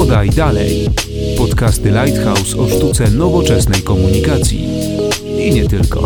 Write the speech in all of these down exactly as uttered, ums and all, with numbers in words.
Podaj dalej. Podcasty Lighthouse o sztuce nowoczesnej komunikacji. I nie tylko.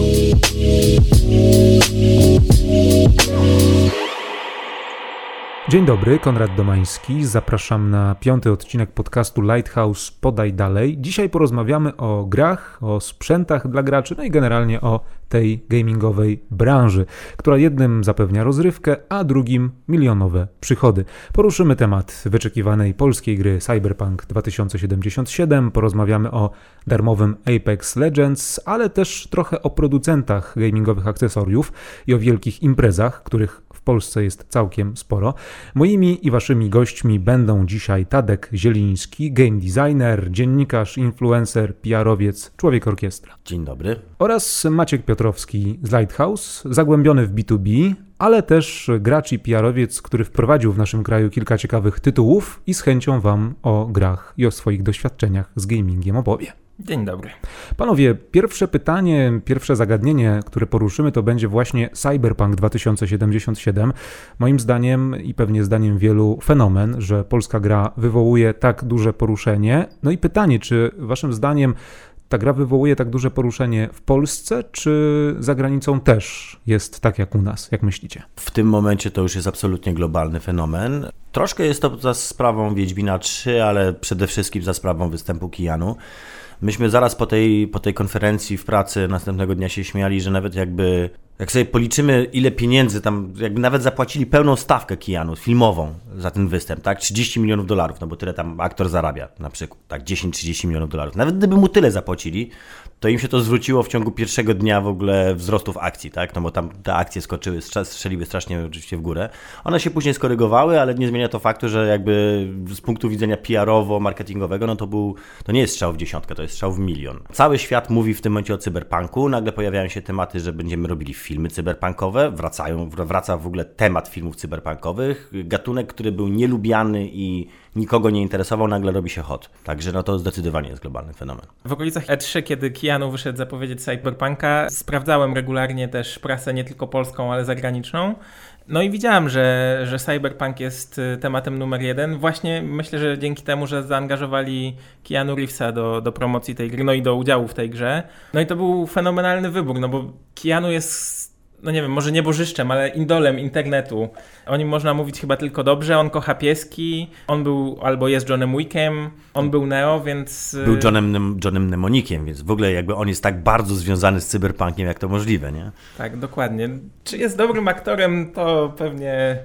Dzień dobry, Konrad Domański. Zapraszam na piąty odcinek podcastu Lighthouse Podaj dalej. Dzisiaj porozmawiamy o grach, o sprzętach dla graczy, no i generalnie o tej gamingowej branży, która jednym zapewnia rozrywkę, a drugim milionowe przychody. Poruszymy temat wyczekiwanej polskiej gry Cyberpunk dwa tysiące siedemdziesiąt siedem, porozmawiamy o darmowym Apex Legends, ale też trochę o producentach gamingowych akcesoriów i o wielkich imprezach, których w Polsce jest całkiem sporo. Moimi i waszymi gośćmi będą dzisiaj Tadek Zieliński, game designer, dziennikarz, influencer, P R-owiec, człowiek orkiestra. Dzień dobry. Oraz Maciek Piotrowski z Lighthouse, zagłębiony w B dwa B, ale też gracz i P R-owiec, który wprowadził w naszym kraju kilka ciekawych tytułów i z chęcią wam o grach i o swoich doświadczeniach z gamingiem opowie. Dzień dobry. Panowie, pierwsze pytanie, pierwsze zagadnienie, które poruszymy, to będzie właśnie Cyberpunk dwa tysiące siedemdziesiąt siedem. Moim zdaniem i pewnie zdaniem wielu fenomen, że polska gra wywołuje tak duże poruszenie. No i pytanie, czy waszym zdaniem ta gra wywołuje tak duże poruszenie w Polsce, czy za granicą też jest tak jak u nas? Jak myślicie? W tym momencie to już jest absolutnie globalny fenomen. Troszkę jest to za sprawą Wiedźmina trzy, ale przede wszystkim za sprawą występu Keanu. Myśmy zaraz po tej, po tej konferencji w pracy następnego dnia się śmiali, że nawet jakby, jak sobie policzymy ile pieniędzy tam, jakby nawet zapłacili pełną stawkę Keanu filmową za ten występ, tak, trzydzieści milionów dolarów, no bo tyle tam aktor zarabia na przykład, tak, dziesięć trzydzieści milionów dolarów. Nawet gdyby mu tyle zapłacili, to im się to zwróciło w ciągu pierwszego dnia w ogóle wzrostów akcji, tak, no bo tam te akcje skoczyły, strzeliły strasznie oczywiście w górę. One się później skorygowały, ale nie zmienia to faktu, że jakby z punktu widzenia P R-owo-marketingowego, no to był, to nie jest strzał w dziesiątkę, to jest strzał w milion. Cały świat mówi w tym momencie o cyberpunku, nagle pojawiają się tematy, że będziemy robili filmy cyberpunkowe, wracają, wraca w ogóle temat filmów cyberpunkowych, gatunek, który był nielubiany i nikogo nie interesował, nagle robi się hot. Także no to zdecydowanie jest globalny fenomen. W okolicach E trzy, kiedy Keanu wyszedł zapowiedzieć Cyberpunka, sprawdzałem regularnie też prasę nie tylko polską, ale zagraniczną. No i widziałem, że, że Cyberpunk jest tematem numer jeden. Właśnie myślę, że dzięki temu, że zaangażowali Keanu Reevesa do, do promocji tej gry, no i do udziału w tej grze. No i to był fenomenalny wybór, no bo Keanu jest, no nie wiem, może nie bożyszczem, ale indolem internetu. O nim można mówić chyba tylko dobrze. On kocha pieski, on był albo jest Johnem Wickiem, on był Neo, więc... Był Johnem, Johnem Mnemonikiem, więc w ogóle jakby on jest tak bardzo związany z cyberpunkiem, jak to możliwe, nie? Tak, dokładnie. Czy jest dobrym aktorem, to pewnie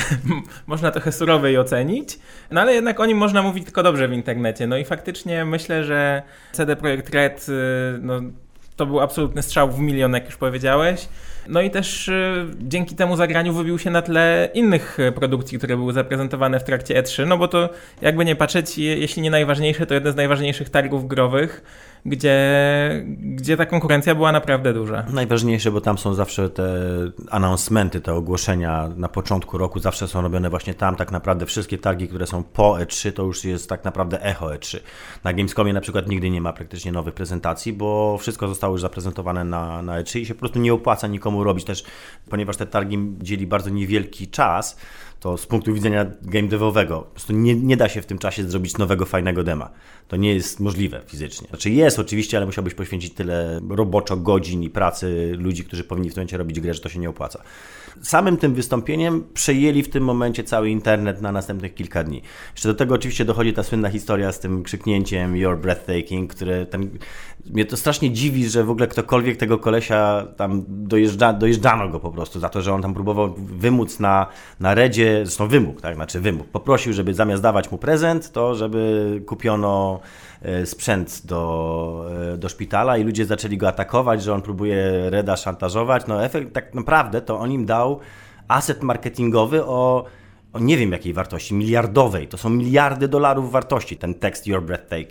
można trochę surowej ocenić, no ale jednak o nim można mówić tylko dobrze w internecie. No i faktycznie myślę, że C D Projekt Red, no, to był absolutny strzał w milion, jak już powiedziałeś. No i też y, dzięki temu zagraniu wybił się na tle innych produkcji, które były zaprezentowane w trakcie E trzy, no bo to jakby nie patrzeć, je, jeśli nie najważniejsze, to jeden z najważniejszych targów growych, gdzie, gdzie ta konkurencja była naprawdę duża. Najważniejsze, bo tam są zawsze te announcementy, te ogłoszenia na początku roku, zawsze są robione właśnie tam. Tak naprawdę wszystkie targi, które są po E trzy, to już jest tak naprawdę echo E trzy. Na Gamescomie na przykład nigdy nie ma praktycznie nowych prezentacji, bo wszystko zostało już zaprezentowane na, na E trzy i się po prostu nie opłaca nikomu robić też, ponieważ te targi dzieli bardzo niewielki czas, to z punktu widzenia game devowego po prostu nie, nie da się w tym czasie zrobić nowego, fajnego dema. To nie jest możliwe fizycznie. Znaczy jest oczywiście, ale musiałbyś poświęcić tyle roboczo godzin i pracy ludzi, którzy powinni w tym momencie robić grę, że to się nie opłaca. Samym tym wystąpieniem przejęli w tym momencie cały internet na następnych kilka dni. Jeszcze do tego oczywiście dochodzi ta słynna historia z tym krzyknięciem You're breathtaking, które ten... Mnie to strasznie dziwi, że w ogóle ktokolwiek tego kolesia tam dojeżdża, dojeżdżano go po prostu za to, że on tam próbował wymóc na, na Redzie, zresztą wymógł, tak, znaczy wymógł. Poprosił, żeby zamiast dawać mu prezent, to żeby kupiono sprzęt do, do szpitala i ludzie zaczęli go atakować, że on próbuje Reda szantażować. No efekt tak naprawdę to on im dał aset marketingowy o, o nie wiem jakiej wartości, miliardowej. To są miliardy dolarów wartości, ten tekst You're breathtaking.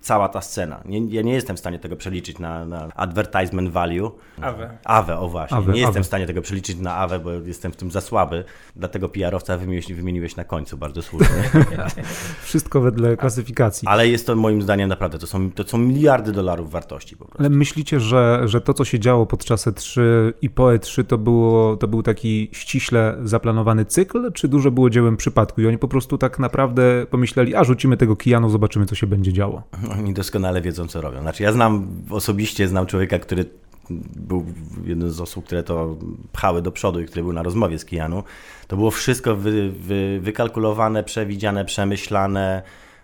cała ta scena. Nie, ja nie jestem w stanie tego przeliczyć na, na advertisement value. Awe. Awe, o właśnie. Awe, nie jestem Awe. w stanie tego przeliczyć na Awe, bo jestem w tym za słaby. Dlatego P R-owca wymieniłeś, wymieniłeś na końcu bardzo słusznie. Wszystko wedle klasyfikacji. Ale jest to moim zdaniem naprawdę, to są, to są miliardy dolarów wartości po prostu. Ale myślicie, że, że to, co się działo podczas E trzy i po E trzy, to, było, to był taki ściśle zaplanowany cykl, czy dużo było dziełem przypadku i oni po prostu tak naprawdę pomyśleli, a rzucimy tego Keanu, zobaczymy, co się będzie działo. Oni doskonale wiedzą, co robią. Znaczy ja znam, osobiście znam człowieka, który był jedną z osób, które to pchały do przodu i który był na rozmowie z Keanu. To było wszystko wy, wy, wykalkulowane, przewidziane, przemyślane.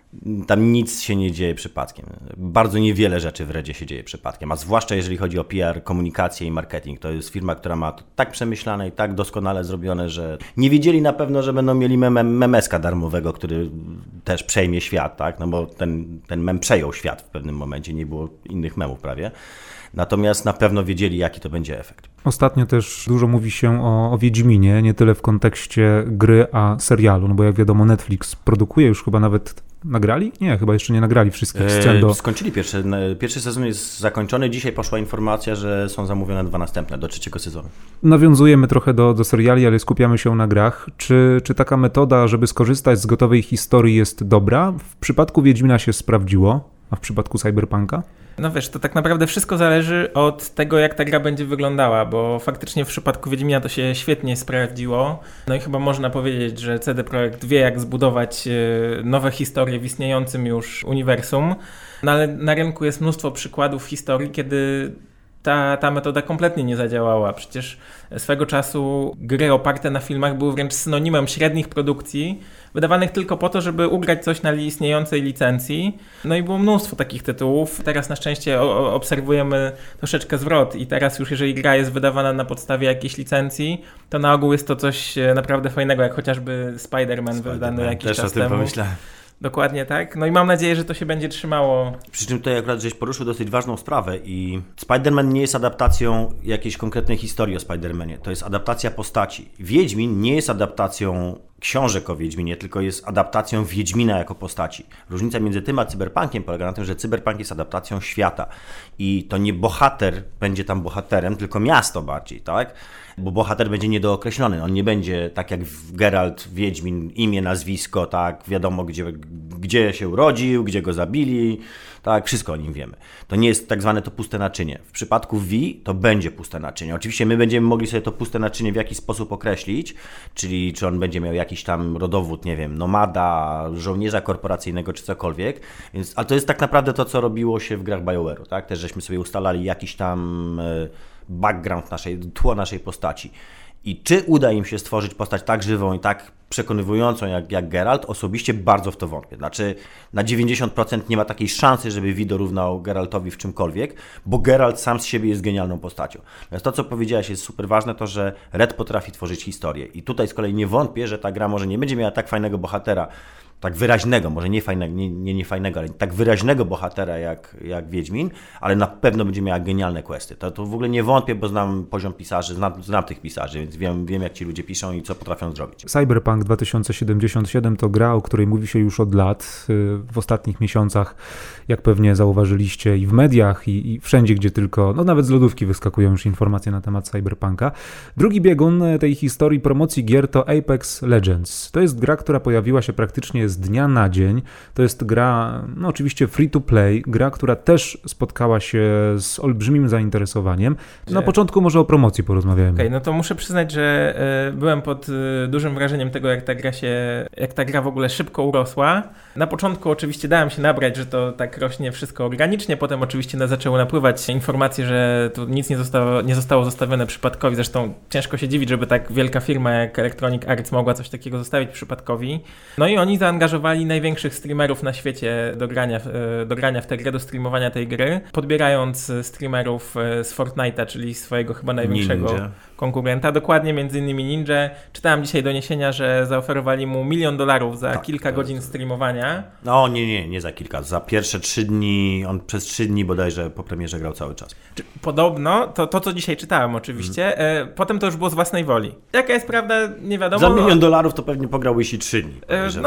Tam nic się nie dzieje przypadkiem. Bardzo niewiele rzeczy w Redzie się dzieje przypadkiem, a zwłaszcza jeżeli chodzi o P R, komunikację i marketing. To jest firma, która ma to tak przemyślane i tak doskonale zrobione, że nie wiedzieli na pewno, że będą mieli mem- memeska darmowego, który też przejmie świat, tak? No bo ten, ten mem przejął świat w pewnym momencie, nie było innych memów prawie. Natomiast na pewno wiedzieli, jaki to będzie efekt. Ostatnio też dużo mówi się o, o Wiedźminie, nie tyle w kontekście gry, a serialu, no bo jak wiadomo Netflix produkuje, już chyba nawet nagrali? Nie, chyba jeszcze nie nagrali wszystkich scen do... Skończyli pierwszy, pierwszy sezon jest zakończony, dzisiaj poszła informacja, że są zamówione dwa następne, do trzeciego sezonu. Nawiązujemy trochę do, do seriali, ale skupiamy się na grach. Czy, czy taka metoda, żeby skorzystać z gotowej historii jest dobra? W przypadku Wiedźmina się sprawdziło, a w przypadku Cyberpunka? No wiesz, to tak naprawdę wszystko zależy od tego, jak ta gra będzie wyglądała, bo faktycznie w przypadku Wiedźmina to się świetnie sprawdziło. No i chyba można powiedzieć, że C D Projekt wie, jak zbudować nowe historie w istniejącym już uniwersum. No ale na rynku jest mnóstwo przykładów historii, kiedy ta, ta metoda kompletnie nie zadziałała. Przecież swego czasu gry oparte na filmach były wręcz synonimem średnich produkcji, wydawanych tylko po to, żeby ugrać coś na istniejącej licencji. No i było mnóstwo takich tytułów. Teraz na szczęście o, obserwujemy troszeczkę zwrot i teraz już jeżeli gra jest wydawana na podstawie jakiejś licencji, to na ogół jest to coś naprawdę fajnego, jak chociażby Spider-Man, Spider-Man wydany jakiś też czas o tym temu. Pomyślałem. Dokładnie tak. No i mam nadzieję, że to się będzie trzymało. Przy czym tutaj akurat żeś poruszył dosyć ważną sprawę i Spider-Man nie jest adaptacją jakiejś konkretnej historii o Spider-Manie. To jest adaptacja postaci. Wiedźmin nie jest adaptacją książek o Wiedźminie, tylko jest adaptacją Wiedźmina jako postaci. Różnica między tym a Cyberpunkiem polega na tym, że Cyberpunk jest adaptacją świata i to nie bohater będzie tam bohaterem, tylko miasto bardziej, tak? Bo bohater będzie niedookreślony. On nie będzie tak jak w Geralt, Wiedźmin, imię, nazwisko, tak, wiadomo gdzie, gdzie się urodził, gdzie go zabili, tak, wszystko o nim wiemy. To nie jest tak zwane to puste naczynie. W przypadku V to będzie puste naczynie. Oczywiście my będziemy mogli sobie to puste naczynie w jakiś sposób określić, czyli czy on będzie miał jakiś tam rodowód, nie wiem, nomada, żołnierza korporacyjnego czy cokolwiek, więc, ale to jest tak naprawdę to, co robiło się w grach BioWare'u, tak, też żeśmy sobie ustalali jakiś tam background naszej, tło naszej postaci. I czy uda im się stworzyć postać tak żywą i tak przekonywującą jak, jak Geralt? Osobiście bardzo w to wątpię. Znaczy na dziewięćdziesiąt procent nie ma takiej szansy, żeby V dorównał Geraltowi w czymkolwiek, bo Geralt sam z siebie jest genialną postacią. Natomiast to, co powiedziałaś, jest super ważne, to, że Red potrafi tworzyć historię. I tutaj z kolei nie wątpię, że ta gra może nie będzie miała tak fajnego bohatera, tak wyraźnego, może nie fajnego, nie, nie, nie fajnego, ale tak wyraźnego bohatera jak, jak Wiedźmin, ale na pewno będzie miała genialne questy. To, to w ogóle nie wątpię, bo znam poziom pisarzy, znam, znam tych pisarzy, więc wiem, wiem, jak ci ludzie piszą i co potrafią zrobić. Cyberpunk dwa tysiące siedemdziesiąt siedem to gra, o której mówi się już od lat. W ostatnich miesiącach, jak pewnie zauważyliście i w mediach, i, i wszędzie, gdzie tylko, no nawet z lodówki wyskakują już informacje na temat Cyberpunka. Drugi biegun tej historii promocji gier to Apex Legends. To jest gra, która pojawiła się praktycznie z dnia na dzień. To jest gra, no oczywiście free to play, gra, która też spotkała się z olbrzymim zainteresowaniem. Na początku może o promocji porozmawiajmy. Okej, okay, no to muszę przyznać, że y, byłem pod y, dużym wrażeniem tego, jak ta gra się, jak ta gra w ogóle szybko urosła. Na początku oczywiście dałem się nabrać, że to tak rośnie wszystko organicznie, potem oczywiście na, zaczęły napływać informacje, że tu nic nie zostało, nie zostało zostawione przypadkowi. Zresztą ciężko się dziwić, żeby tak wielka firma jak Electronic Arts mogła coś takiego zostawić przypadkowi. No i oni zaangażowali największych streamerów na świecie do grania, do grania w tę grę, do streamowania tej gry, podbierając streamerów z Fortnite'a, czyli swojego chyba największego Ninja. konkurenta. Dokładnie, między innymi Ninja. Czytałem dzisiaj doniesienia, że zaoferowali mu milion dolarów za tak, kilka godzin jest... streamowania. No nie, nie, nie za kilka. Za pierwsze trzy dni, on przez trzy dni bodajże po premierze grał cały czas. Podobno, to, to co dzisiaj czytałem oczywiście, hmm. e, potem to już było z własnej woli. Jaka jest prawda, nie wiadomo. Za milion dolarów to pewnie pograłbyś i trzy dni. E, no myślę,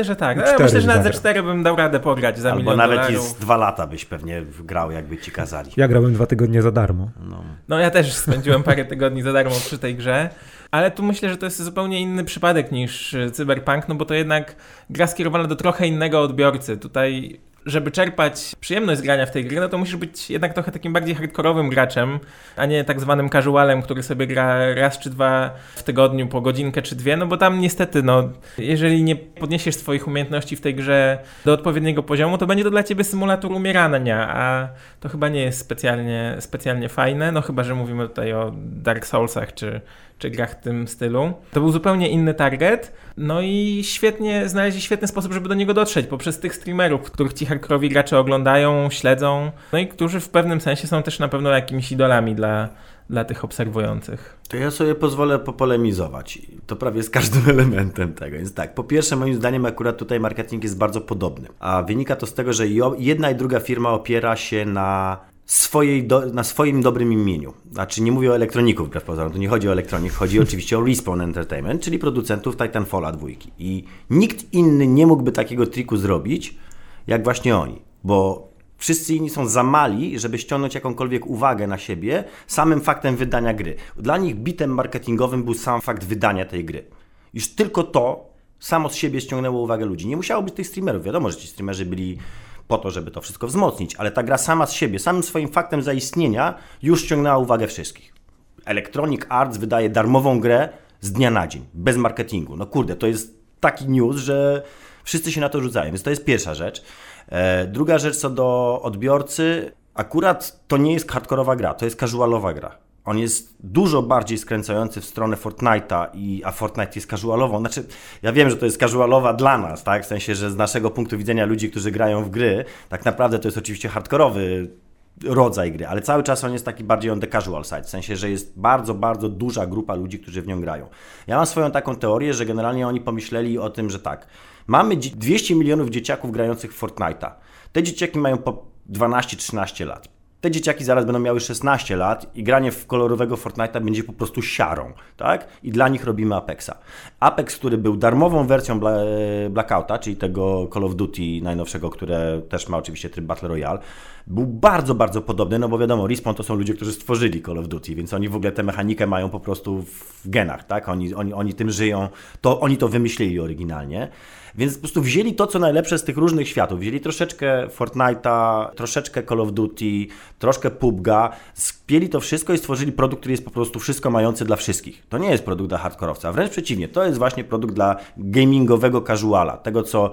myślę, że tak. Ja myślę, że nawet za cztery bym dał radę pograć za Albo milion nawet dolarów. i z dwa lata byś pewnie grał, jakby ci kazali. Ja grałem dwa tygodnie za darmo. No, no ja też spędziłem parę tygodni za darmo przy tej grze. Ale tu myślę, że to jest zupełnie inny przypadek niż Cyberpunk, no bo to jednak gra skierowana do trochę innego odbiorcy. Tutaj, żeby czerpać przyjemność z grania w tej gry, no to musisz być jednak trochę takim bardziej hardkorowym graczem, a nie tak zwanym casualem, który sobie gra raz czy dwa w tygodniu po godzinkę czy dwie, no bo tam niestety, no, jeżeli nie podniesiesz swoich umiejętności w tej grze do odpowiedniego poziomu, to będzie to dla ciebie symulator umierania, a to chyba nie jest specjalnie, specjalnie fajne, no chyba, że mówimy tutaj o Dark Soulsach czy czy grach w tym stylu. To był zupełnie inny target, no i świetnie, znaleźli świetny sposób, żeby do niego dotrzeć, poprzez tych streamerów, których ci hardkorowi gracze oglądają, śledzą, no i którzy w pewnym sensie są też na pewno jakimiś idolami dla, dla tych obserwujących. To ja sobie pozwolę popolemizować. To prawie z każdym elementem tego. Więc tak, po pierwsze moim zdaniem akurat tutaj marketing jest bardzo podobny, a wynika to z tego, że jedna i druga firma opiera się na Swojej do, na swoim dobrym imieniu. Znaczy nie mówię o elektroników, wbrew pozorom, to nie chodzi o elektronik, chodzi oczywiście o Respawn Entertainment, czyli producentów Titanfalla dwójki. I nikt inny nie mógłby takiego triku zrobić, jak właśnie oni, bo wszyscy inni są za mali, żeby ściągnąć jakąkolwiek uwagę na siebie samym faktem wydania gry. Dla nich bitem marketingowym był sam fakt wydania tej gry. Już tylko to samo z siebie ściągnęło uwagę ludzi. Nie musiało być tych streamerów. Wiadomo, że ci streamerzy byli po to, żeby to wszystko wzmocnić, ale ta gra sama z siebie, samym swoim faktem zaistnienia już ściągnęła uwagę wszystkich. Electronic Arts wydaje darmową grę z dnia na dzień, bez marketingu. No kurde, to jest taki news, że wszyscy się na to rzucają, więc to jest pierwsza rzecz. E, druga rzecz co do odbiorcy, akurat to nie jest hardkorowa gra, to jest casualowa gra. On jest dużo bardziej skręcający w stronę Fortnite'a, i, a Fortnite jest casualową. Znaczy, ja wiem, że to jest casualowa dla nas, tak? W sensie, że z naszego punktu widzenia ludzi, którzy grają w gry, tak naprawdę to jest oczywiście hardkorowy rodzaj gry, ale cały czas on jest taki bardziej on the casual side, w sensie, że jest bardzo, bardzo duża grupa ludzi, którzy w nią grają. Ja mam swoją taką teorię, że generalnie oni pomyśleli o tym, że tak, mamy dwieście milionów dzieciaków grających w Fortnite'a. Te dzieciaki mają po dwanaście trzynaście lat. Te dzieciaki zaraz będą miały szesnaście lat i granie w kolorowego Fortnite'a będzie po prostu siarą, tak? I dla nich robimy Apexa. Apex, który był darmową wersją Blackouta, czyli tego Call of Duty najnowszego, które też ma oczywiście tryb Battle Royale, był bardzo, bardzo podobny, no bo wiadomo, Respawn to są ludzie, którzy stworzyli Call of Duty, więc oni w ogóle tę mechanikę mają po prostu w genach, tak? Oni, oni, oni tym żyją, to oni to wymyślili oryginalnie. Więc po prostu wzięli to, co najlepsze z tych różnych światów. Wzięli troszeczkę Fortnite'a, troszeczkę Call of Duty, troszkę P U B G'a, spieli to wszystko i stworzyli produkt, który jest po prostu wszystko mający dla wszystkich. To nie jest produkt dla hardkorowca, wręcz przeciwnie, to jest właśnie produkt dla gamingowego casuala, tego, co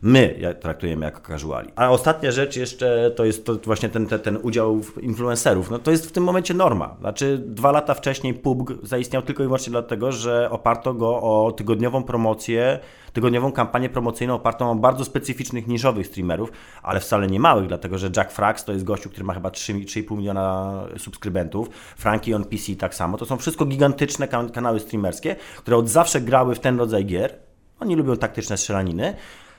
my traktujemy jako casuali. A ostatnia rzecz jeszcze to jest to właśnie ten, ten, ten udział influencerów. No to jest w tym momencie norma. Znaczy dwa lata wcześniej P U B G zaistniał tylko i wyłącznie dlatego, że oparto go o tygodniową promocję, tygodniową kampanię promocyjną opartą o bardzo specyficznych, niszowych streamerów, ale wcale nie małych, dlatego że Jack Frax to jest gościu, który ma chyba trzy i pół miliona subskrybentów, Frankie on P C tak samo. To są wszystko gigantyczne kan- kanały streamerskie, które od zawsze grały w ten rodzaj gier. Oni lubią taktyczne strzelaniny.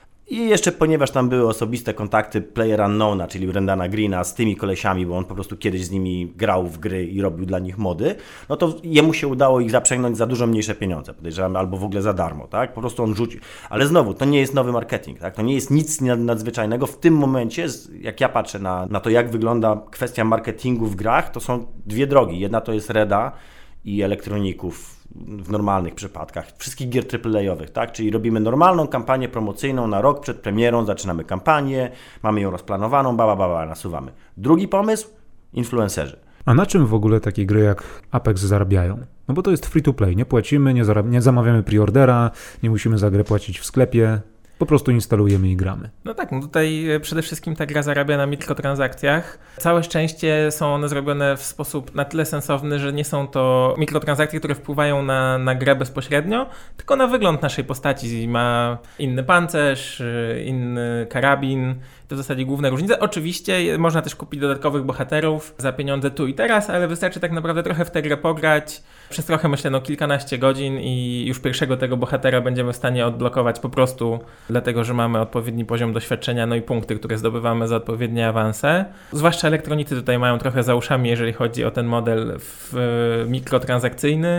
I jeszcze ponieważ tam były osobiste kontakty Player Unknowna, czyli Brendana Greena z tymi kolesiami, bo on po prostu kiedyś z nimi grał w gry i robił dla nich mody, no to jemu się udało ich zaprzęgnąć za dużo mniejsze pieniądze, podejrzewam, albo w ogóle za darmo, tak? Po prostu on rzucił. Ale znowu, to nie jest nowy marketing, tak? To nie jest nic nadzwyczajnego. W tym momencie, jak ja patrzę na, na to, jak wygląda kwestia marketingu w grach, to są dwie drogi. Jedna to jest Reda i elektroników w normalnych przypadkach, wszystkich gier triplejowych, tak? Czyli robimy normalną kampanię promocyjną na rok przed premierą, zaczynamy kampanię, mamy ją rozplanowaną, baba, baba, nasuwamy. Drugi pomysł, influencerzy. A na czym w ogóle takie gry jak Apex zarabiają? No bo to jest free to play, nie płacimy, nie, zarab- nie zamawiamy preordera, nie musimy za grę płacić w sklepie. Po prostu instalujemy i gramy. No tak, no tutaj przede wszystkim ta gra zarabia na mikrotransakcjach. Całe szczęście są one zrobione w sposób na tyle sensowny, że nie są to mikrotransakcje, które wpływają na, na grę bezpośrednio, tylko na wygląd naszej postaci. Ma inny pancerz, inny karabin. To w zasadzie główne różnice. Oczywiście można też kupić dodatkowych bohaterów za pieniądze tu i teraz, ale wystarczy tak naprawdę trochę w tę grę pograć. Przez trochę, myślę, no kilkanaście godzin i już pierwszego tego bohatera będziemy w stanie odblokować po prostu dlatego, że mamy odpowiedni poziom doświadczenia, no i punkty, które zdobywamy za odpowiednie awanse. Zwłaszcza elektronicy tutaj mają trochę za uszami, jeżeli chodzi o ten model w, mikrotransakcyjny.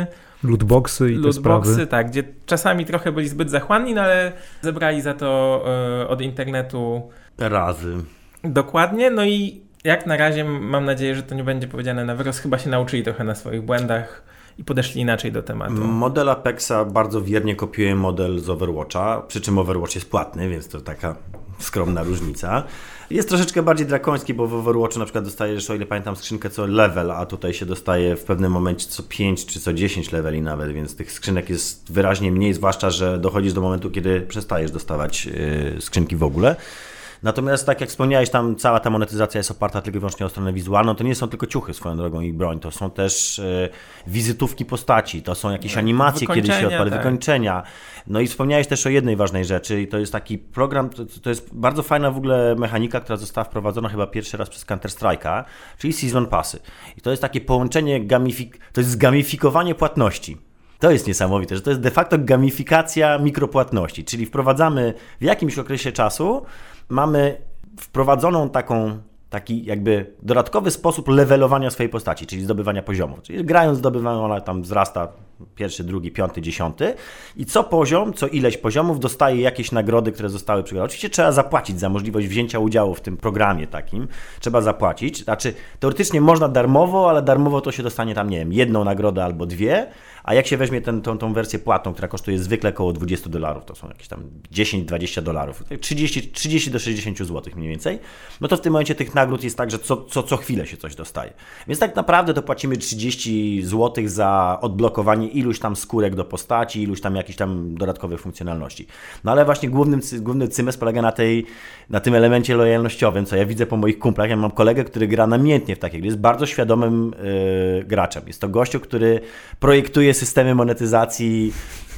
Lootboxy i te sprawy. Lootboxy, tak, gdzie czasami trochę byli zbyt zachłanni, no ale zebrali za to y, od internetu razy. Dokładnie, no i jak na razie mam nadzieję, że to nie będzie powiedziane na wyrost, chyba się nauczyli trochę na swoich błędach i podeszli inaczej do tematu. Model Apexa bardzo wiernie kopiuje model z Overwatcha, przy czym Overwatch jest płatny, więc to taka skromna różnica. Jest troszeczkę bardziej drakoński, bo w Overwatchu na przykład dostajesz, o ile pamiętam, skrzynkę co level, a tutaj się dostaje w pewnym momencie co pięć czy co dziesięć leveli nawet, więc tych skrzynek jest wyraźnie mniej, zwłaszcza, że dochodzisz do momentu, kiedy przestajesz dostawać yy, skrzynki w ogóle. Natomiast tak jak wspomniałeś, tam cała ta monetyzacja jest oparta tylko i wyłącznie o stronę wizualną. To nie są tylko ciuchy swoją drogą i broń, to są też e, wizytówki postaci, to są jakieś animacje, kiedy się odpali, tak. wykończenia. No i wspomniałeś też o jednej ważnej rzeczy i to jest taki program, to, to jest bardzo fajna w ogóle mechanika, która została wprowadzona chyba pierwszy raz przez Counter-Strike'a, czyli Season Passy. I to jest takie połączenie, gamifik- to jest zgamifikowanie płatności. To jest niesamowite, że to jest de facto gamifikacja mikropłatności, czyli wprowadzamy w jakimś okresie czasu, mamy wprowadzoną taką, taki jakby dodatkowy sposób levelowania swojej postaci, czyli zdobywania poziomów. Czyli grając zdobywamy, ona tam wzrasta pierwszy, drugi, piąty, dziesiąty i co poziom, co ileś poziomów dostaje jakieś nagrody, które zostały przygotowane. Oczywiście trzeba zapłacić za możliwość wzięcia udziału w tym programie takim. Trzeba zapłacić. Znaczy teoretycznie można darmowo, ale darmowo to się dostanie tam, nie wiem, jedną nagrodę albo dwie, a jak się weźmie ten, tą, tą wersję płatną, która kosztuje zwykle około dwadzieścia dolarów, to są jakieś tam dziesięć do dwudziestu dolarów, trzydzieści do sześćdziesięciu złotych mniej więcej, no to w tym momencie tych nagród jest tak, że co, co, co chwilę się coś dostaje. Więc tak naprawdę to płacimy trzydzieści złotych za odblokowanie iluś tam skórek do postaci, iluś tam jakichś tam dodatkowych funkcjonalności. No ale właśnie głównym, główny cymes polega na, tej, na tym elemencie lojalnościowym, co ja widzę po moich kumplach. Ja mam kolegę, który gra namiętnie w takie gry, jest bardzo świadomym yy, graczem. Jest to gościu, który projektuje systemy monetyzacji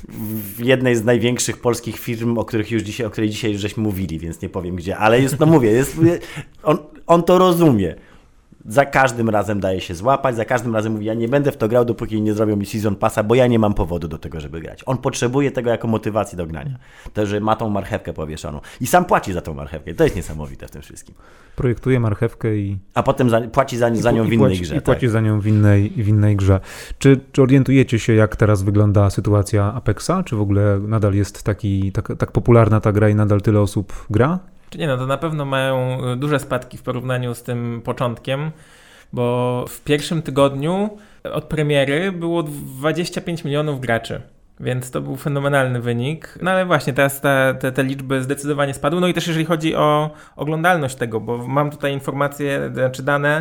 w jednej z największych polskich firm, o których już dzisiaj, o której dzisiaj już żeśmy mówili, więc nie powiem gdzie, ale jest, no mówię, jest, on, on to rozumie. Za każdym razem daje się złapać, za każdym razem mówi, ja nie będę w to grał, dopóki nie zrobią mi Season Passa, bo ja nie mam powodu do tego, żeby grać. On potrzebuje tego jako motywacji do grania. To, że ma tą marchewkę powieszoną. I sam płaci za tą marchewkę. To jest niesamowite w tym wszystkim. Projektuje marchewkę i... A potem za, płaci za, za nią w innej płaci, grze. I tak. płaci za nią w innej, w innej grze. Czy, czy orientujecie się, jak teraz wygląda sytuacja Apexa? Czy w ogóle nadal jest taki, tak, tak popularna ta gra i nadal tyle osób gra? Czy nie, no to na pewno mają duże spadki w porównaniu z tym początkiem, bo w pierwszym tygodniu od premiery było dwadzieścia pięć milionów graczy, więc to był fenomenalny wynik. No ale właśnie teraz te, te, te liczby zdecydowanie spadły. No i też jeżeli chodzi o oglądalność tego, bo mam tutaj informacje, znaczy dane,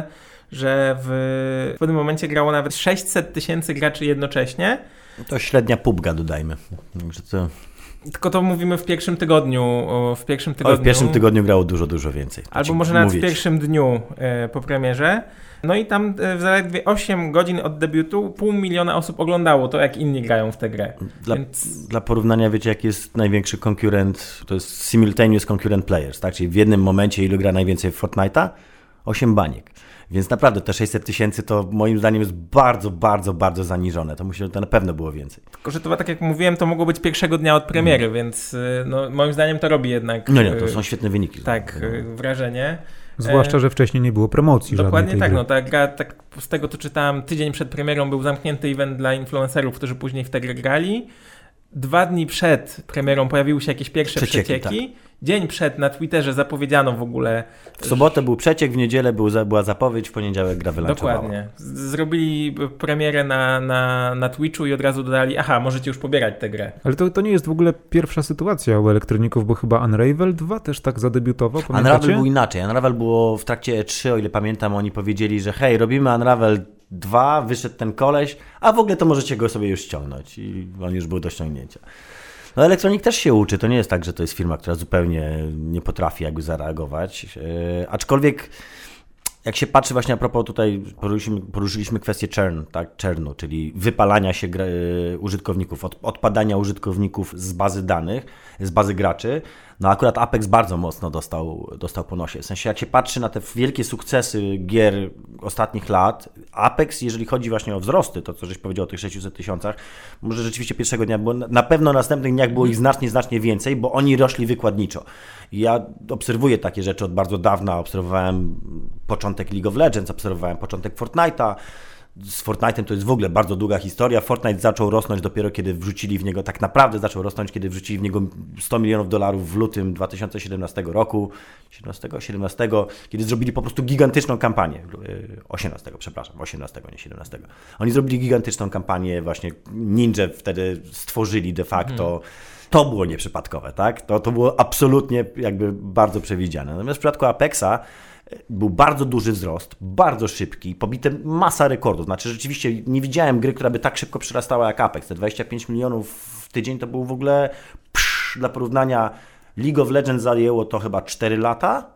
że w, w pewnym momencie grało nawet sześćset tysięcy graczy jednocześnie. To średnia pubga, dodajmy. Także to... Tylko to mówimy w pierwszym tygodniu. W pierwszym tygodniu, o, w pierwszym tygodniu grało dużo, dużo więcej. Albo może nawet mówić. W pierwszym dniu e, po premierze. No i tam w zaledwie osiem godzin od debiutu pół miliona osób oglądało to, jak inni grają w tę grę. Dla, Więc... dla porównania, wiecie, jaki jest największy konkurent, to jest simultaneous concurrent players, tak? Czyli w jednym momencie ilu gra najwięcej w Fortnite'a? osiem baniek. Więc naprawdę te sześćset tysięcy to moim zdaniem jest bardzo, bardzo, bardzo zaniżone. To myślę, że to na pewno było więcej. Tylko, że to tak jak mówiłem, to mogło być pierwszego dnia od premiery, mm. więc no, moim zdaniem to robi jednak... No nie, to są świetne wyniki. Tak, no. wrażenie. Zwłaszcza, że wcześniej nie było promocji. Dokładnie tak, gry. no ta gra, tak z tego co czytałem, tydzień przed premierą był zamknięty event dla influencerów, którzy później w tę grę grali. Dwa dni przed premierą pojawiły się jakieś pierwsze przecieki. przecieki. Tak. Dzień przed na Twitterze zapowiedziano w ogóle... W sobotę był przeciek, w niedzielę był, była zapowiedź, w poniedziałek gra wylaunchowała. Dokładnie. Zrobili premierę na, na, na Twitchu i od razu dodali, aha, możecie już pobierać tę grę. Ale to, to nie jest w ogóle pierwsza sytuacja u elektroników, bo chyba Unravel dwa też tak zadebiutował, pamiętacie? Unravel był inaczej. Unravel było w trakcie E trzy, o ile pamiętam, oni powiedzieli, że hej, robimy Unravel dwa, wyszedł ten koleś, a w ogóle to możecie go sobie już ściągnąć. I on już był do ściągnięcia. No Electronic też się uczy, to nie jest tak, że to jest firma, która zupełnie nie potrafi jakby zareagować, yy, aczkolwiek jak się patrzy właśnie a propos tutaj, poruszyliśmy, poruszyliśmy kwestię churn, tak, churnu, czyli wypalania się gra, yy, użytkowników, od, odpadania użytkowników z bazy danych, z bazy graczy, no akurat Apex bardzo mocno dostał, dostał po nosie. W sensie jak się patrzy na te wielkie sukcesy gier ostatnich lat, Apex, jeżeli chodzi właśnie o wzrosty, to co żeś powiedział o tych sześciuset tysiącach, może rzeczywiście pierwszego dnia, bo na pewno następnych dniach było ich znacznie, znacznie więcej, bo oni rośli wykładniczo. I ja obserwuję takie rzeczy od bardzo dawna, obserwowałem początek League of Legends, obserwowałem początek Fortnite'a, z Fortnite'em to jest w ogóle bardzo długa historia. Fortnite zaczął rosnąć dopiero kiedy wrzucili w niego, tak naprawdę zaczął rosnąć, kiedy wrzucili w niego sto milionów dolarów w lutym dwa tysiące siedemnastego roku, siedemnastego, siedemnastego, kiedy zrobili po prostu gigantyczną kampanię, osiemnastego, przepraszam, osiemnastego, nie siedemnastego. Oni zrobili gigantyczną kampanię, właśnie Ninja wtedy stworzyli de facto. Hmm. To było nieprzypadkowe, tak? To, to było absolutnie jakby bardzo przewidziane. Natomiast w przypadku Apexa był bardzo duży wzrost, bardzo szybki, pobite masa rekordów. Znaczy rzeczywiście nie widziałem gry, która by tak szybko przyrastała jak Apex. Te dwadzieścia pięć milionów w tydzień to był w ogóle psz, dla porównania League of Legends zajęło to chyba cztery lata,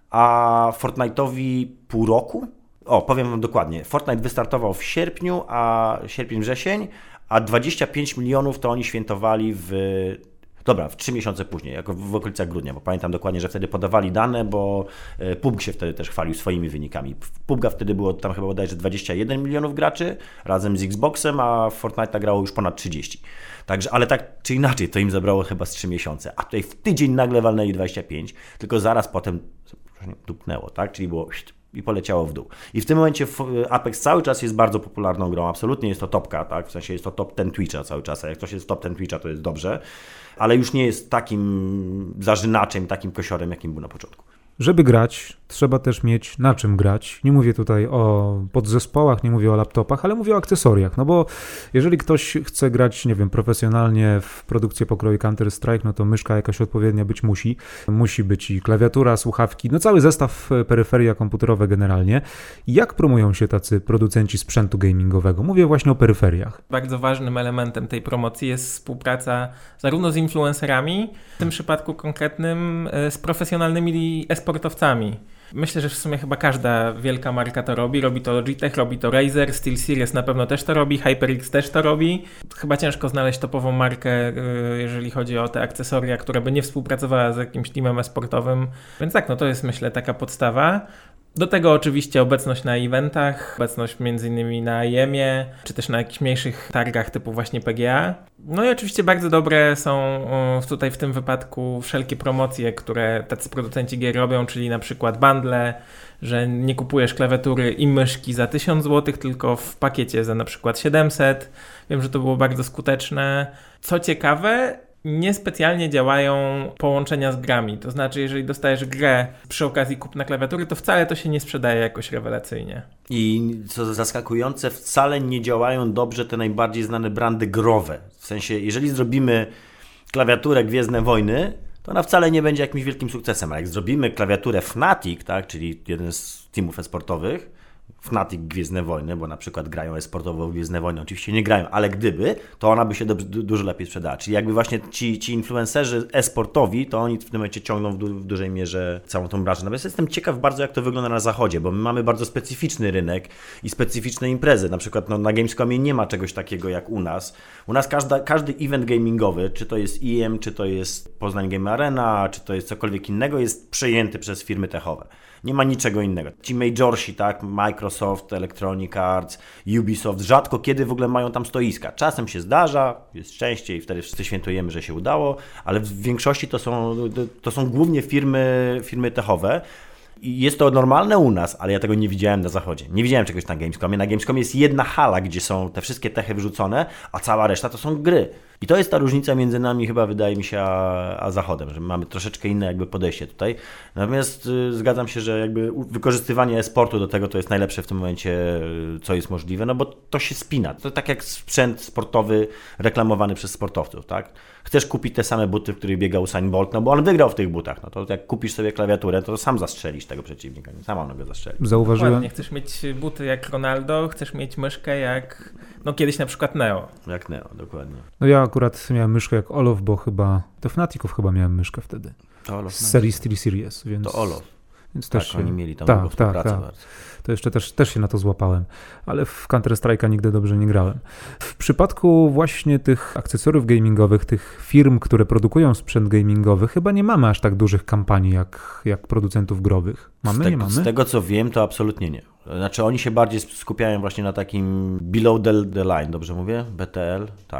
a Fortnite'owi pół roku. O, powiem wam dokładnie. Fortnite wystartował w sierpniu, a sierpień, wrzesień, a dwadzieścia pięć milionów to oni świętowali w... Dobra, w trzy miesiące później, jako w okolicach grudnia, bo pamiętam dokładnie, że wtedy podawali dane, bo P U B G się wtedy też chwalił swoimi wynikami. W P U B G wtedy było tam chyba bodajże dwadzieścia jeden milionów graczy razem z Xboxem, a w Fortnite'a grało już ponad trzydzieści. Także, ale tak czy inaczej, to im zabrało chyba z trzy miesiące, a tutaj w tydzień nagle walnęli dwadzieścia pięć, tylko zaraz potem dupnęło, tak? Czyli było i poleciało w dół. I w tym momencie Apex cały czas jest bardzo popularną grą, absolutnie jest to topka, tak? W sensie jest to top dziesięć Twitcha cały czas, a jak ktoś jest top dziesięć Twitcha, to jest dobrze, ale już nie jest takim zarzynaczem, takim kosiorem, jakim był na początku. Żeby grać, trzeba też mieć na czym grać. Nie mówię tutaj o podzespołach, nie mówię o laptopach, ale mówię o akcesoriach, no bo jeżeli ktoś chce grać, nie wiem, profesjonalnie w produkcję pokroju Counter-Strike, no to myszka jakaś odpowiednia być musi. Musi być i klawiatura, słuchawki, no cały zestaw peryferia komputerowe generalnie. Jak promują się tacy producenci sprzętu gamingowego? Mówię właśnie o peryferiach. Bardzo ważnym elementem tej promocji jest współpraca zarówno z influencerami, w tym przypadku konkretnym z profesjonalnymi e-sportowcami. Myślę, że w sumie chyba każda wielka marka to robi. Robi to Logitech, robi to Razer, SteelSeries na pewno też to robi, HyperX też to robi. Chyba ciężko znaleźć topową markę, jeżeli chodzi o te akcesoria, która by nie współpracowała z jakimś teamem e-sportowym. Więc tak, no to jest myślę taka podstawa. Do tego oczywiście obecność na eventach, obecność między innymi na I E M ie, czy też na jakichś mniejszych targach typu właśnie P G A. No i oczywiście bardzo dobre są tutaj w tym wypadku wszelkie promocje, które tacy producenci gier robią, czyli na przykład bundle, że nie kupujesz klawiatury i myszki za tysiąc złotych, tylko w pakiecie za na przykład siedemset. Wiem, że to było bardzo skuteczne. Co ciekawe, niespecjalnie działają połączenia z grami. To znaczy, jeżeli dostajesz grę przy okazji kupna klawiatury, to wcale to się nie sprzedaje jakoś rewelacyjnie. I co zaskakujące, wcale nie działają dobrze te najbardziej znane brandy growe. W sensie, jeżeli zrobimy klawiaturę Gwiezdne Wojny, to ona wcale nie będzie jakimś wielkim sukcesem. A jak zrobimy klawiaturę Fnatic, tak, czyli jeden z teamów e-sportowych, Fnatic Gwiezdne Wojny, bo na przykład grają e-sportowo w Gwiezdne Wojny, oczywiście nie grają, ale gdyby, to ona by się dobrze, dużo lepiej sprzedała. Czyli jakby właśnie ci, ci influencerzy e-sportowi, to oni w tym momencie ciągną w, du w dużej mierze całą tą branżę. Natomiast jestem ciekaw bardzo, jak to wygląda na zachodzie, bo my mamy bardzo specyficzny rynek i specyficzne imprezy. Na przykład no, na Gamescomie nie ma czegoś takiego jak u nas. U nas każda, każdy event gamingowy, czy to jest I E M, czy to jest Poznań Game Arena, czy to jest cokolwiek innego, jest przejęty przez firmy techowe. Nie ma niczego innego. Ci majorsi, tak, Microsoft, Electronic Arts, Ubisoft, rzadko kiedy w ogóle mają tam stoiska. Czasem się zdarza, jest szczęście i wtedy wszyscy świętujemy, że się udało, ale w większości to są, to są głównie firmy, firmy techowe. I jest to normalne u nas, ale ja tego nie widziałem na zachodzie. Nie widziałem czegoś na Gamescomie. Na Gamescomie jest jedna hala, gdzie są te wszystkie techy wrzucone, a cała reszta to są gry. I to jest ta różnica między nami chyba, wydaje mi się, a, a Zachodem, że mamy troszeczkę inne jakby podejście tutaj. Natomiast y, zgadzam się, że jakby wykorzystywanie e-sportu do tego to jest najlepsze w tym momencie, y, co jest możliwe, no bo to się spina. To tak jak sprzęt sportowy reklamowany przez sportowców, tak? Chcesz kupić te same buty, w których biega Usain Bolt, no bo on wygrał w tych butach, no to jak kupisz sobie klawiaturę, to sam zastrzelisz tego przeciwnika, nie sam on go zastrzeli. Zauważyłem. Nie chcesz mieć buty jak Ronaldo, chcesz mieć myszkę jak, no kiedyś na przykład Neo. Jak Neo, dokładnie. No ja akurat miałem myszkę jak Olof, bo chyba, to Fnaticów chyba miałem myszkę wtedy. To Olof. Z serii SteelSeries, więc... To Olof. Więc tak, też oni mieli tam tak, współpracę tak, tak. bardzo. To jeszcze też, też się na to złapałem, ale w Counter-Strike'a nigdy dobrze nie grałem. W przypadku właśnie tych akcesoriów gamingowych, tych firm, które produkują sprzęt gamingowy, chyba nie mamy aż tak dużych kampanii jak, jak producentów growych. Mamy, te, nie mamy? Z tego co wiem, to absolutnie nie. Znaczy oni się bardziej skupiają właśnie na takim below the, the line, dobrze mówię? B T L? Tak.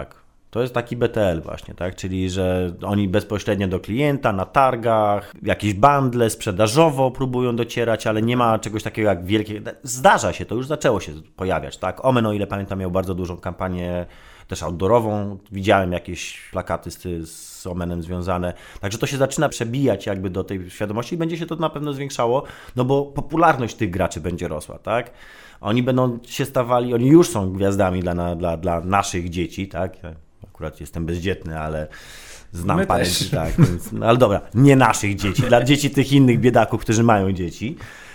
To jest taki B T L właśnie, tak? Czyli że oni bezpośrednio do klienta, na targach, jakieś bundle sprzedażowo próbują docierać, ale nie ma czegoś takiego jak wielkie... Zdarza się, to już zaczęło się pojawiać, tak? Omen, o ile pamiętam, miał bardzo dużą kampanię też outdoorową. Widziałem jakieś plakaty z, z Omenem związane. Także to się zaczyna przebijać jakby do tej świadomości i będzie się to na pewno zwiększało, no bo popularność tych graczy będzie rosła, tak? Oni będą się stawali, oni już są gwiazdami dla, dla, dla naszych dzieci, tak? Ja akurat jestem bezdzietny, ale znam My parę też. dzieci, tak, więc, no ale dobra, nie naszych dzieci, dla dzieci tych innych biedaków, którzy mają dzieci,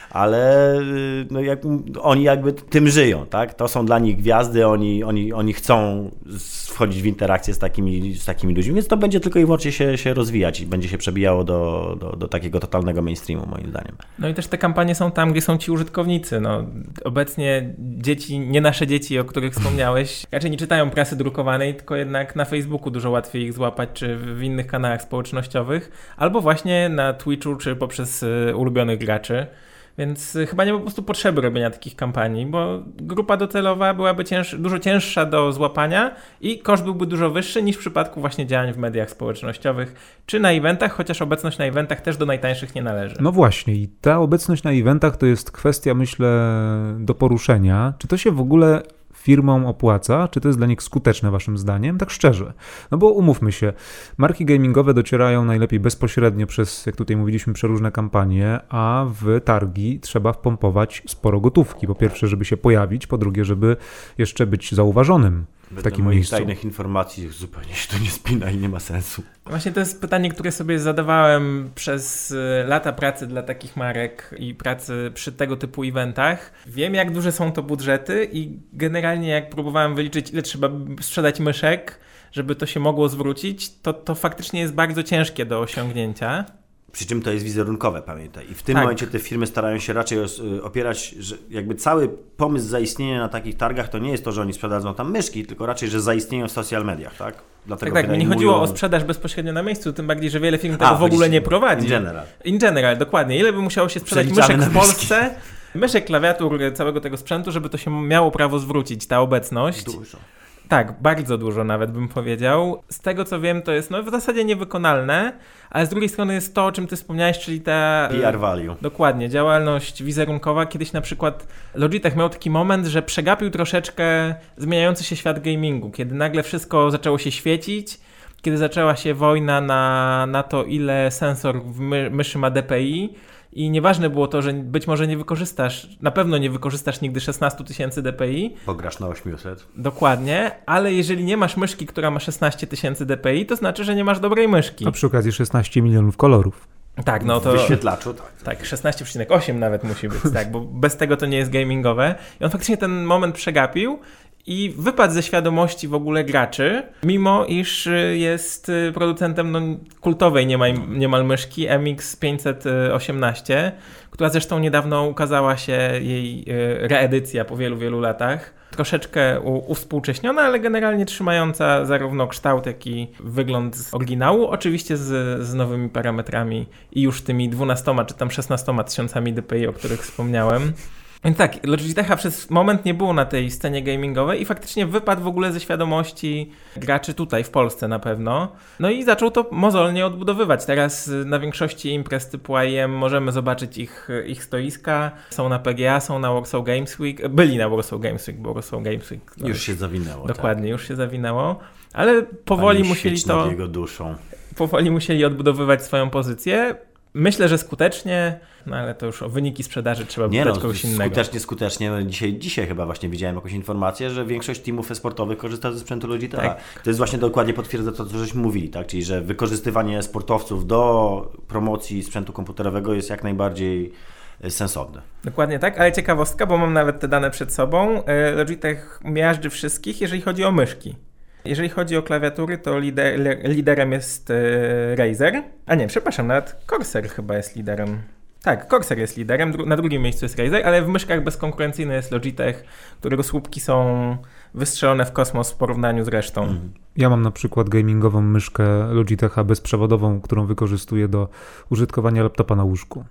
ale no jak, oni jakby tym żyją, tak? To są dla nich gwiazdy, oni, oni, oni chcą wchodzić w interakcję z takimi, z takimi ludźmi, więc to będzie tylko i wyłącznie się, się rozwijać i będzie się przebijało do, do, do takiego totalnego mainstreamu, moim zdaniem. No i też te kampanie są tam, gdzie są ci użytkownicy. No, obecnie dzieci, nie nasze dzieci, o których wspomniałeś, raczej nie czytają prasy drukowanej, tylko jednak na Facebooku dużo łatwiej ich złapać, czy w innych kanałach społecznościowych, albo właśnie na Twitchu, czy poprzez y, ulubionych graczy. Więc chyba nie ma po prostu potrzeby robienia takich kampanii, bo grupa docelowa byłaby cięż, dużo cięższa do złapania i koszt byłby dużo wyższy niż w przypadku właśnie działań w mediach społecznościowych czy na eventach, chociaż obecność na eventach też do najtańszych nie należy. No właśnie i ta obecność na eventach to jest kwestia, myślę, do poruszenia. Czy to się w ogóle firmom opłaca? Czy to jest dla nich skuteczne waszym zdaniem? Tak szczerze. No bo umówmy się, marki gamingowe docierają najlepiej bezpośrednio przez, jak tutaj mówiliśmy, przeróżne kampanie, a w targi trzeba wpompować sporo gotówki. Po pierwsze, żeby się pojawić, po drugie, żeby jeszcze być zauważonym w takim moich miejscu. tajnych informacji zupełnie się to nie spina i nie ma sensu. Właśnie to jest pytanie, które sobie zadawałem przez lata pracy dla takich marek i pracy przy tego typu eventach. Wiem, jak duże są to budżety i generalnie jak próbowałem wyliczyć, ile trzeba sprzedać myszek, żeby to się mogło zwrócić, to to faktycznie jest bardzo ciężkie do osiągnięcia. Przy czym to jest wizerunkowe, pamiętaj. I w tym Tak. momencie te firmy starają się raczej opierać, że jakby cały pomysł zaistnienia na takich targach to nie jest to, że oni sprzedadzą tam myszki, tylko raczej, że zaistnieją w social mediach, tak? Dlatego Tak, tak, mi nie wynajmują- chodziło o sprzedaż bezpośrednio na miejscu, tym bardziej, że wiele firm tego A, w ogóle nie in prowadzi. general. In general, dokładnie. Ile by musiało się sprzedać Przeliczamy myszek w na myszki. Polsce, myszek, klawiatur, całego tego sprzętu, żeby to się miało prawo zwrócić, ta obecność. Dużo. Tak, bardzo dużo nawet bym powiedział. Z tego co wiem, to jest no, w zasadzie niewykonalne, ale z drugiej strony jest to, o czym ty wspomniałeś, czyli ta... P R value. Dokładnie, działalność wizerunkowa. Kiedyś na przykład Logitech miał taki moment, że przegapił troszeczkę zmieniający się świat gamingu, kiedy nagle wszystko zaczęło się świecić, kiedy zaczęła się wojna na, na to, ile sensor w my, myszy ma D P I i nieważne było to, że być może nie wykorzystasz, na pewno nie wykorzystasz nigdy szesnaście tysięcy D P I. Pograsz na osiemset. Dokładnie, ale jeżeli nie masz myszki, która ma szesnaście tysięcy D P I, to znaczy, że nie masz dobrej myszki. A przy okazji szesnaście milionów kolorów. Tak, no W to... wyświetlaczu, tak. Tak, szesnaście przecinek osiem nawet musi być, tak, bo bez tego to nie jest gamingowe. I on faktycznie ten moment przegapił i wypadł ze świadomości w ogóle graczy, mimo iż jest producentem no, kultowej niemal, niemal myszki M X pięćset osiemnaście, która zresztą niedawno ukazała się jej reedycja po wielu, wielu latach. Troszeczkę u, uwspółcześniona, ale generalnie trzymająca zarówno kształt, jak i wygląd z oryginału. Oczywiście z, z nowymi parametrami i już tymi dwunastoma czy tam szesnastoma tysiącami D P I, o których wspomniałem. Więc tak, Logitecha przez moment nie było na tej scenie gamingowej i faktycznie wypadł w ogóle ze świadomości graczy tutaj w Polsce na pewno. No i zaczął to mozolnie odbudowywać. Teraz na większości imprez typu I E M możemy zobaczyć ich, ich stoiska. Są na P G A, są na Warsaw Games Week. Byli na Warsaw Games Week, bo Warsaw Games Week... No, Już się zawinęło. dokładnie, tak. już się zawinęło. Ale powoli Pani musieli świeć nad to... jego duszą. Powoli musieli odbudowywać swoją pozycję. Myślę, że skutecznie, no ale to już o wyniki sprzedaży trzeba Nie pytać no, kogoś innego. skutecznie, skutecznie. Dzisiaj, dzisiaj chyba właśnie widziałem jakąś informację, że większość teamów e-sportowych korzysta ze sprzętu Logitecha. Tak. To jest właśnie dokładnie potwierdza to, co żeśmy mówili, tak? Czyli że wykorzystywanie sportowców do promocji sprzętu komputerowego jest jak najbardziej sensowne. Dokładnie tak, ale ciekawostka, bo mam nawet te dane przed sobą. Logitech miażdży wszystkich, jeżeli chodzi o myszki. Jeżeli chodzi o klawiatury, to lider, liderem jest yy, Razer. A nie, przepraszam, nawet Corsair chyba jest liderem. Tak, Corsair jest liderem, dru- na drugim miejscu jest Razer, ale w myszkach bezkonkurencyjny jest Logitech, którego słupki są wystrzelone w kosmos w porównaniu z resztą. Mhm. Ja mam na przykład gamingową myszkę Logitecha bezprzewodową, którą wykorzystuję do użytkowania laptopa na łóżku.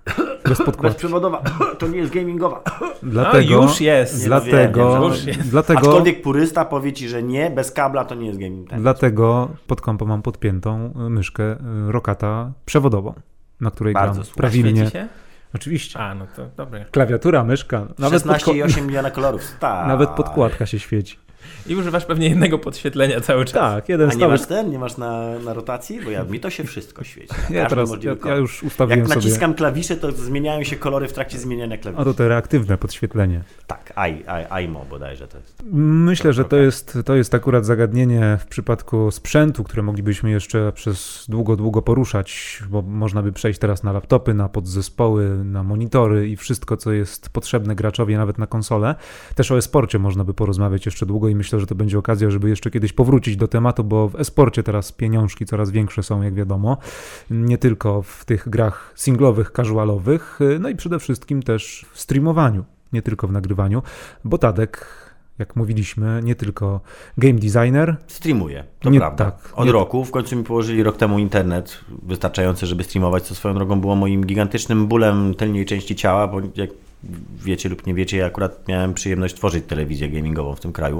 bezprzewodowa, to nie jest gamingowa. Dlatego, no, już jest. Dlatego, wiem, już jest. dlatego, Aczkolwiek purysta powie ci, że nie, bez kabla to nie jest gaming. Dlatego pod kompą mam podpiętą myszkę Rokata przewodową, na której Bardzo gram słusznie. prawidłnie. Świeci się? Oczywiście. A, no to dobre. Klawiatura, myszka. Nawet szesnaście i podko- osiem miliona kolorów. Tak. Nawet podkładka się świeci. I używasz pewnie jednego podświetlenia cały czas. Tak, jeden A nie stały. masz ten? Nie masz na, na rotacji? Bo ja, mi to się wszystko świeci. Ja teraz, ja, ja już ustawiłem Jak sobie. naciskam klawisze, to zmieniają się kolory w trakcie zmieniania klawiszy. A to te reaktywne podświetlenie. Tak, I, I, I M O bodajże to jest. Myślę, że to jest, to jest akurat zagadnienie w przypadku sprzętu, które moglibyśmy jeszcze przez długo, długo poruszać, bo można by przejść teraz na laptopy, na podzespoły, na monitory i wszystko, co jest potrzebne graczowi, nawet na konsolę. Też o e-sporcie można by porozmawiać jeszcze długo i myślę, że to będzie okazja, żeby jeszcze kiedyś powrócić do tematu, bo w e-sporcie teraz pieniążki coraz większe są, jak wiadomo. Nie tylko w tych grach singlowych, casualowych, no i przede wszystkim też w streamowaniu, nie tylko w nagrywaniu, bo Tadek, jak mówiliśmy, nie tylko game designer. Streamuję, to nie, prawda. Tak, Od nie, roku, w końcu mi położyli rok temu internet wystarczający, żeby streamować, co swoją drogą było moim gigantycznym bólem tylnej części ciała, bo jak wiecie lub nie wiecie, ja akurat miałem przyjemność tworzyć telewizję gamingową w tym kraju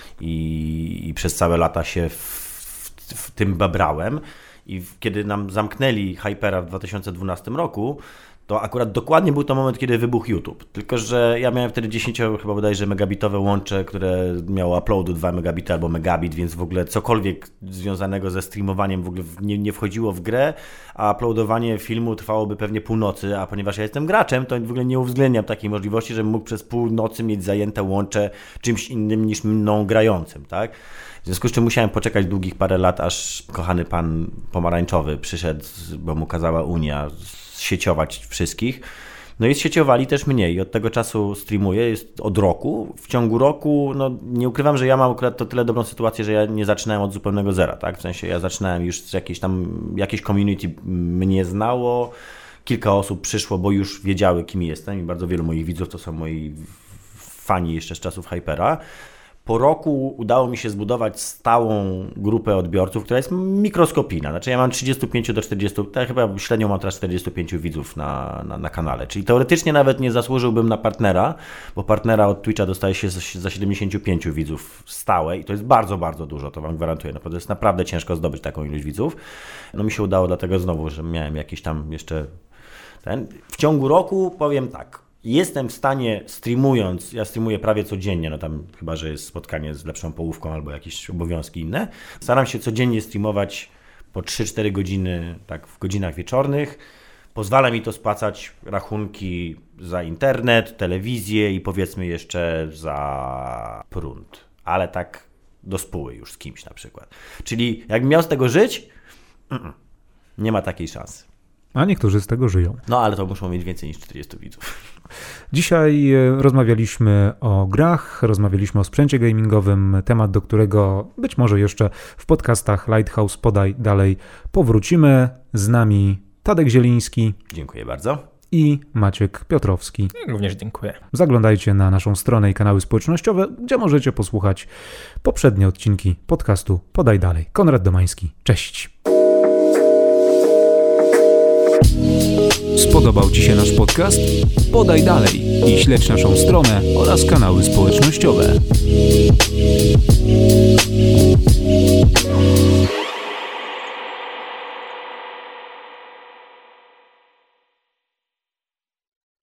i, i przez całe lata się w, w, w tym babrałem i w, kiedy nam zamknęli Hypera w dwa tysiące dwunastym roku, to akurat dokładnie był to moment, kiedy wybuchł YouTube. Tylko że ja miałem wtedy dziesięć chyba bodajże megabitowe łącze, które miało uploadu dwa megabity albo megabit, więc w ogóle cokolwiek związanego ze streamowaniem w ogóle nie, nie wchodziło w grę, a uploadowanie filmu trwałoby pewnie północy, a ponieważ ja jestem graczem, to w ogóle nie uwzględniam takiej możliwości, żebym mógł przez północy mieć zajęte łącze czymś innym niż mną grającym, tak? W związku z czym musiałem poczekać długich parę lat, aż kochany pan pomarańczowy przyszedł, bo mu kazała Unia sieciować wszystkich. No i sieciowali też mnie i od tego czasu streamuję, jest od roku. W ciągu roku, no nie ukrywam, że ja mam akurat to tyle dobrą sytuację, że ja nie zaczynałem od zupełnego zera, tak? W sensie ja zaczynałem już z jakiejś tam, jakieś community mnie znało, kilka osób przyszło, bo już wiedziały, kim jestem i bardzo wielu moich widzów to są moi fani jeszcze z czasów Hypera. Po roku udało mi się zbudować stałą grupę odbiorców, która jest mikroskopijna. Znaczy ja mam trzydzieści pięć do czterdziestu, tak chyba średnio mam teraz czterdziestu pięciu widzów na, na, na kanale. Czyli teoretycznie nawet nie zasłużyłbym na partnera, bo partnera od Twitcha dostaje się za siedemdziesięciu pięciu widzów stałe i to jest bardzo, bardzo dużo, to wam gwarantuję. Naprawdę jest naprawdę ciężko zdobyć taką ilość widzów. No mi się udało dlatego znowu, że miałem jakiś tam jeszcze ten. W ciągu roku powiem tak. Jestem w stanie, streamując, ja streamuję prawie codziennie, no tam chyba, że jest spotkanie z lepszą połówką albo jakieś obowiązki inne. Staram się codziennie streamować po trzy cztery godziny, tak w godzinach wieczornych. Pozwala mi to spłacać rachunki za internet, telewizję i powiedzmy jeszcze za prąd. Ale tak do spóły już z kimś na przykład. Czyli jakbym miał z tego żyć, nie ma takiej szansy. A niektórzy z tego żyją. No ale to muszą mieć więcej niż czterdziestu widzów. Dzisiaj rozmawialiśmy o grach, rozmawialiśmy o sprzęcie gamingowym, temat, do którego być może jeszcze w podcastach Lighthouse Podaj Dalej powrócimy. Z nami Tadek Zieliński. Dziękuję bardzo. I Maciek Piotrowski. Również dziękuję. Zaglądajcie na naszą stronę i kanały społecznościowe, gdzie możecie posłuchać poprzednie odcinki podcastu Podaj Dalej. Konrad Domański. Cześć. Spodobał Ci się nasz podcast? Podaj dalej i śledź naszą stronę oraz kanały społecznościowe.